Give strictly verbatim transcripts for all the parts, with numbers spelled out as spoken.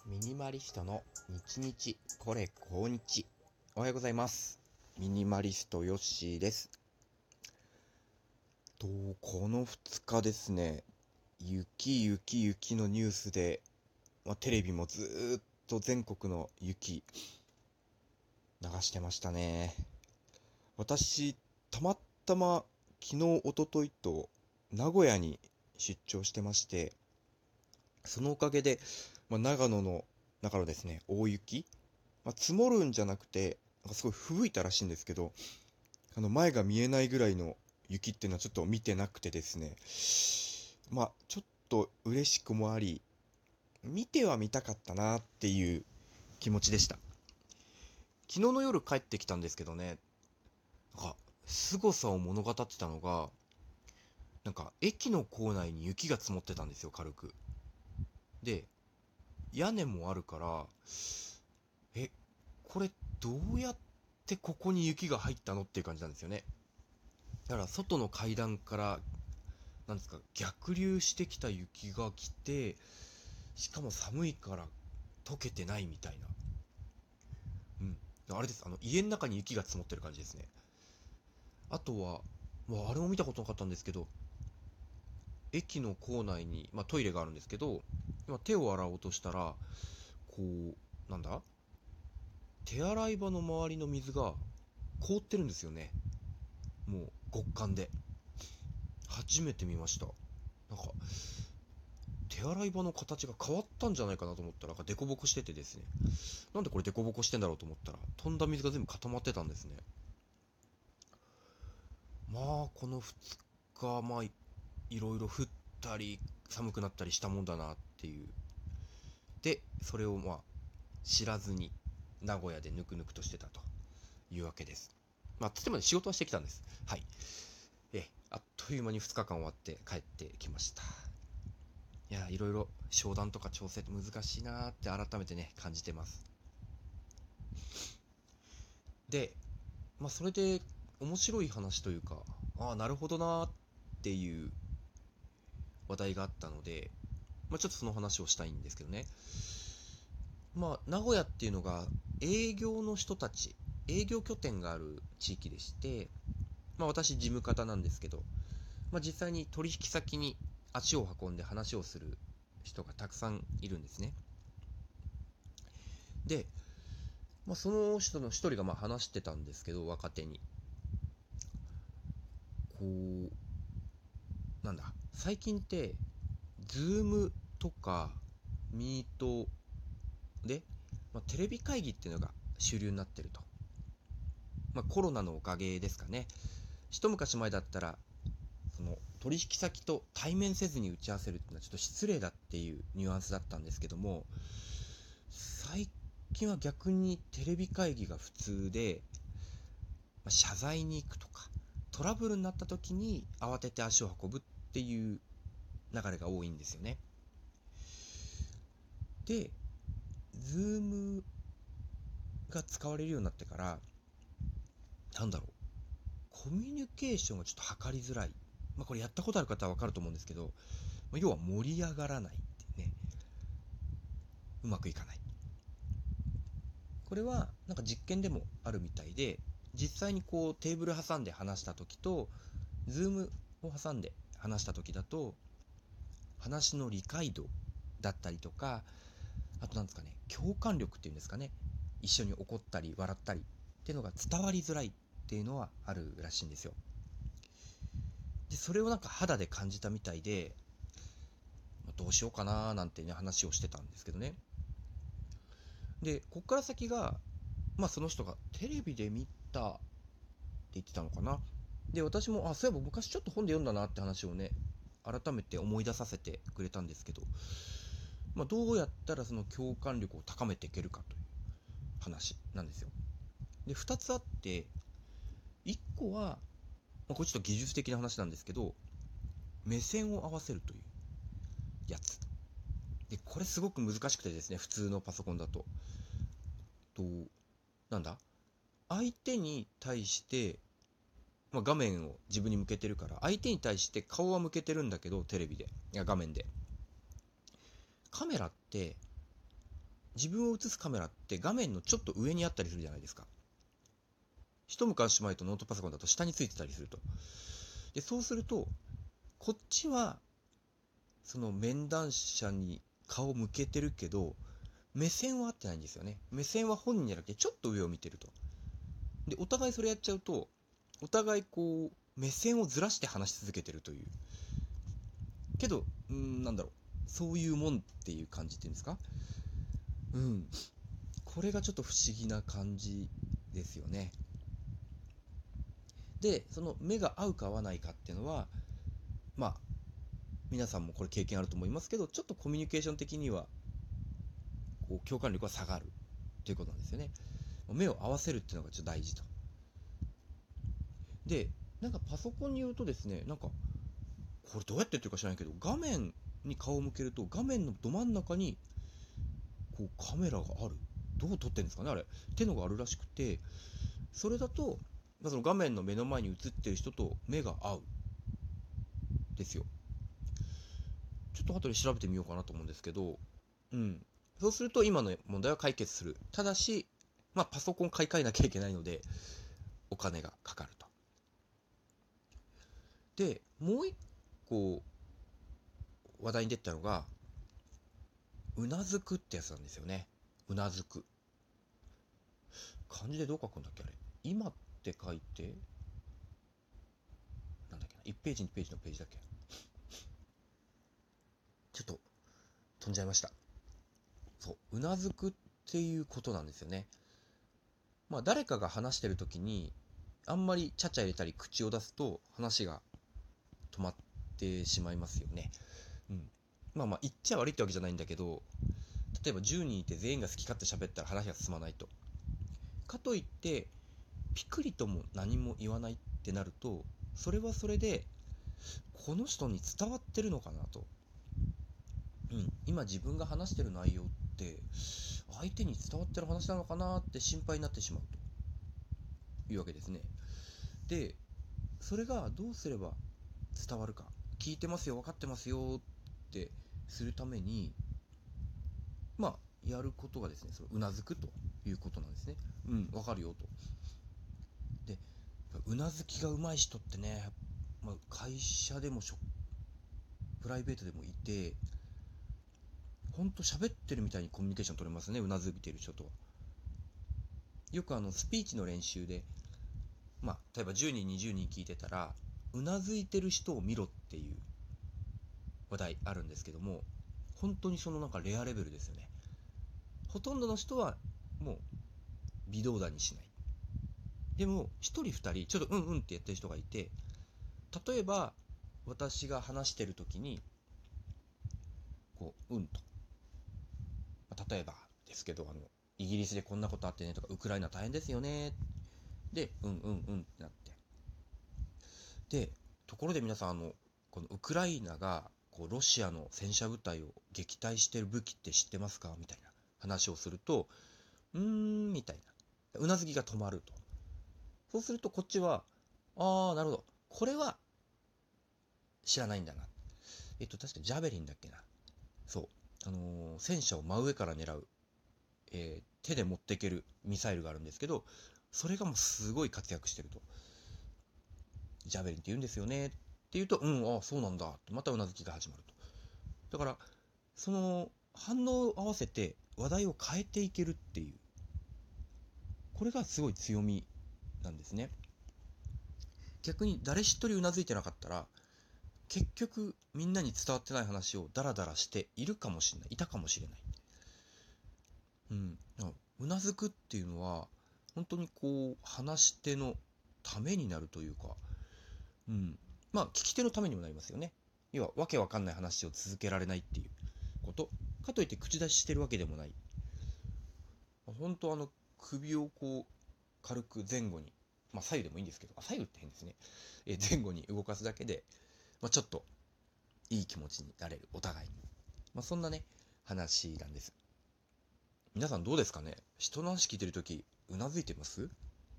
ミニマリストの日々これ今日。おはようございます。ミニマリストヨッシーです。とこのふつかですね、雪雪雪のニュースで、まあ、テレビもずーっと全国の雪流してましたね。私たまたま昨日一昨日と名古屋に出張してまして、そのおかげで、まあ、長野の中のですね大雪、まあ、積もるんじゃなくて、なんかすごい吹雪いたらしいんですけど、あの前が見えないぐらいの雪っていうのはちょっと見てなくてですね、まあちょっと嬉しくもあり、見ては見たかったなっていう気持ちでした。昨日の夜帰ってきたんですけどね、なんか凄さを物語ってたのが、なんか駅の構内に雪が積もってたんですよ、軽く。で、屋根もあるから、え、これどうやってここに雪が入ったのっていう感じなんですよね。だから外の階段からなんですか、逆流してきた雪が来て、しかも寒いから溶けてないみたいな。うん、あれです。あの家の中に雪が積もってる感じですね。あとは、まあ、あれも見たことなかったんですけど、駅の構内に、まあ、トイレがあるんですけど、今手を洗おうとしたら、こうなんだ、手洗い場の周りの水が凍ってるんですよね。もう極寒で。初めて見ました。なんか手洗い場の形が変わったんじゃないかなと思ったら、なんかデコボコしててですね、なんでこれデコボコしてんだろうと思ったら、飛んだ水が全部固まってたんですね。まあこのふつか、まあいろいろ降ったり寒くなったりしたもんだなっていう。でそれをまあ知らずに名古屋でぬくぬくとしてたというわけです。まあつってもね、仕事はしてきたんです。はい。えあっという間にふつかかん終わって帰ってきました。いや、いろいろ商談とか調整って難しいなーって改めてね感じてます。で、まあそれで面白い話というか、ああなるほどなーっていう話題があったので、まあ、ちょっとその話をしたいんですけどね。まあ名古屋っていうのが営業の人たち、営業拠点がある地域でして、まあ私事務方なんですけど、まあ実際に取引先に足を運んで話をする人がたくさんいるんですね。で、まあ、その人の一人がまあ話してたんですけど、若手にこう、なんだ、最近ってズームとかミートで、まあ、テレビ会議っていうのが主流になってると。まあ、コロナのおかげですかね。一昔前だったら、その取引先と対面せずに打ち合わせるっていうのはちょっと失礼だっていうニュアンスだったんですけども、最近は逆にテレビ会議が普通で、まあ、謝罪に行くとかトラブルになった時に慌てて足を運ぶっていう流れが多いんですよね。で、ズームが使われるようになってから、なんだろう、コミュニケーションがちょっと図りづらい。まあこれやったことある方は分かると思うんですけど、まあ、要は盛り上がらないってね、うまくいかない。これはなんか実験でもあるみたいで、実際にこうテーブル挟んで話した時と、ズームを挟んで話した時だと、話の理解度だったりとか、あとなんですかね、共感力っていうんですかね、一緒に怒ったり笑ったりっていうのが伝わりづらいっていうのはあるらしいんですよ。でそれをなんか肌で感じたみたいで、まあどうしようかなーなんてね話をしてたんですけどね。でこっから先が、まあその人がテレビで見たって言ってたのかな。で私も、あ、そういえば昔ちょっと本で読んだなって話をね改めて思い出させてくれたんですけど、まあ、どうやったらその共感力を高めていけるかという話なんですよ。でふたつあって、いっこは、まあ、これちょっと技術的な話なんですけど、目線を合わせるというやつで、これすごく難しくてですね、普通のパソコンだととなんだ、相手に対して、まあ、画面を自分に向けてるから相手に対して顔は向けてるんだけど、テレビで、いや画面で、カメラって自分を映すカメラって画面のちょっと上にあったりするじゃないですか。一昔前とノートパソコンだと下についてたりすると。で、そうすると、こっちは、その面談者に顔を向けてるけど、目線は合ってないんですよね。目線は本人じゃなくて、ちょっと上を見てると。で、お互いそれやっちゃうと、お互いこう、目線をずらして話し続けてるという。けど、うーん、なんだろう。そういうもんっていう感じっていうんですか。うん。これがちょっと不思議な感じですよね。で、その目が合うか合わないかっていうのは、まあ、皆さんもこれ経験あると思いますけど、ちょっとコミュニケーション的には、こう、共感力が下がるということなんですよね。目を合わせるっていうのがちょっと大事と。で、なんかパソコンに言うとですね、なんか、これどうやってやってるか知らないけど、画面に顔を向けると、画面のど真ん中に、こう、カメラがある。どう撮ってるんですかね、あれ。ってのがあるらしくて、それだと、その画面の目の前に映ってる人と目が合う。ですよ。ちょっと後で調べてみようかなと思うんですけど、うん。そうすると今の問題は解決する。ただし、まあパソコン買い替えなきゃいけないので、お金がかかると。で、もう一個話題に出たのが、うなずくってやつなんですよね。うなずく。漢字でどう書くんだっけあれ。今って書いて、なんだっけな。いちページにページのページだっけ。ちょっと飛んじゃいました。そう、うなずくっていうことなんですよね。まあ誰かが話してる時に、あんまりちゃちゃ入れたり口を出すと話が止まってしまいますよね。うん。まあまあ言っちゃ悪いってわけじゃないんだけど、例えばじゅうにんいて全員が好き勝手喋ったら話が進まないと。かといって、ピクリとも何も言わないってなると、それはそれで、この人に伝わってるのかなと。うん。今自分が話してる内容って、相手に伝わってる話なのかなって心配になってしまうというわけですね。で、それがどうすれば伝わるか。聞いてますよ、分かってますよってするために、まあ、やることがですね、そのうなずくということなんですね。うん、わかるよと。で、うなずきが上手い人ってね、まあ、会社でもしょプライベートでもいて、ほんと喋ってるみたいにコミュニケーション取れますね、うなずいてる人とは。よくあの、スピーチの練習で、まあ、例えばじゅうにん、にじゅうにん聞いてたら、うなずいてる人を見ろっていう話題あるんですけども、本当にそのなんかレアレベルですよね。ほとんどの人はもう微動だにしない。でも一人二人ちょっとうんうんってやってる人がいて、例えば私が話してる時にこううんと、例えばですけど、あのイギリスでこんなことあってねとか、ウクライナ大変ですよねで、うんうんうんってなって、でところで皆さん、あのこのウクライナがこうロシアの戦車部隊を撃退してる武器って知ってますかみたいな話をすると、うーんみたいなうなずきが止まると。そうするとこっちは、ああなるほど、これは知らないんだな。えっと確かジャベリンだっけな。そう、あのー戦車を真上から狙う、えー手で持っていけるミサイルがあるんですけど、それがもうすごい活躍してると。ジャベリンって言うんですよねって言うと、うん、ああそうなんだってまたうなずきが始まると。だからその反応を合わせて話題を変えていけるっていう、これがすごい強みなんですね。逆に誰一人うなずいてなかったら、結局みんなに伝わってない話をダラダラしているかもしれない、いたかもしれない。うん、うなずくっていうのは本当にこう話し手のためになるというか、うん、まあ聞き手のためにもなりますよね。要はわけわかんない話を続けられないっていうことかといって口出ししてるわけでもない。本当あの首をこう軽く前後に、まあ左右でもいいんですけど、あ左右って変ですね。え前後に動かすだけで、まあ、ちょっといい気持ちになれる、お互いに。まあそんなね話なんです。皆さんどうですかね。人の話聞いてるときうなずいてます？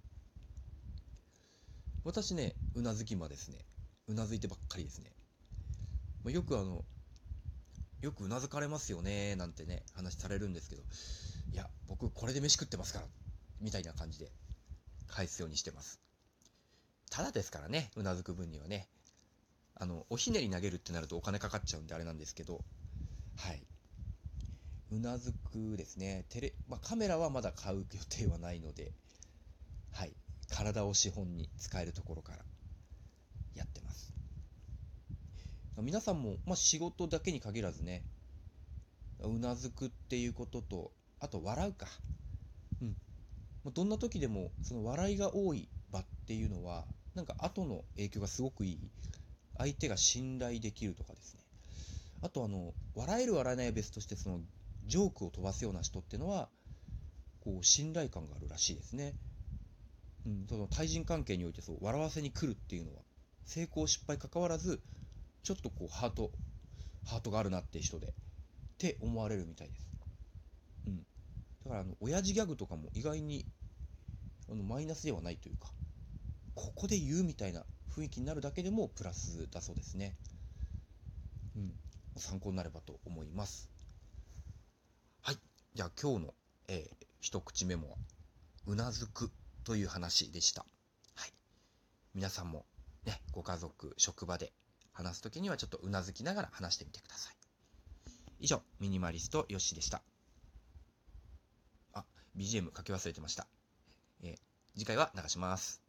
私ね、うなずきまですね。うなずいてばっかりですね。まあ、よくあのよくうなずかれますよねなんてね話されるんですけど、いや僕これで飯食ってますからみたいな感じで返すようにしてます。ただですからね、うなずく分にはね。あのおひねり投げるってなるとお金かかっちゃうんであれなんですけど、はい、うなずくですね。テレ、まあ、カメラはまだ買う予定はないので、はい、体を資本に使えるところからやってます。皆さんも、まあ、仕事だけに限らずね、うなずくっていうことと、あと笑うか。うん。どんな時でも、その笑いが多い場っていうのは、なんか後の影響がすごくいい。相手が信頼できるとかですね。あとあの、笑える笑えないは別として、その、ジョークを飛ばすような人っていうのは、こう、信頼感があるらしいですね。うん、その対人関係においてそう笑わせに来るっていうのは成功失敗関わらずちょっとこうハートハートがあるなって人でって思われるみたいです。うん、だからあの親父ギャグとかも意外にあのマイナスではないというか、ここで言うみたいな雰囲気になるだけでもプラスだそうですね。うん、参考になればと思います。はい、じゃあ今日の、えー、一口メモはうなずくという話でした。はい、皆さんもね、ご家族職場で話すときにはちょっとうなずきながら話してみてください。以上、ミニマリストよしでした。あ、ビージーエム かけ忘れてました。えー、次回は流します。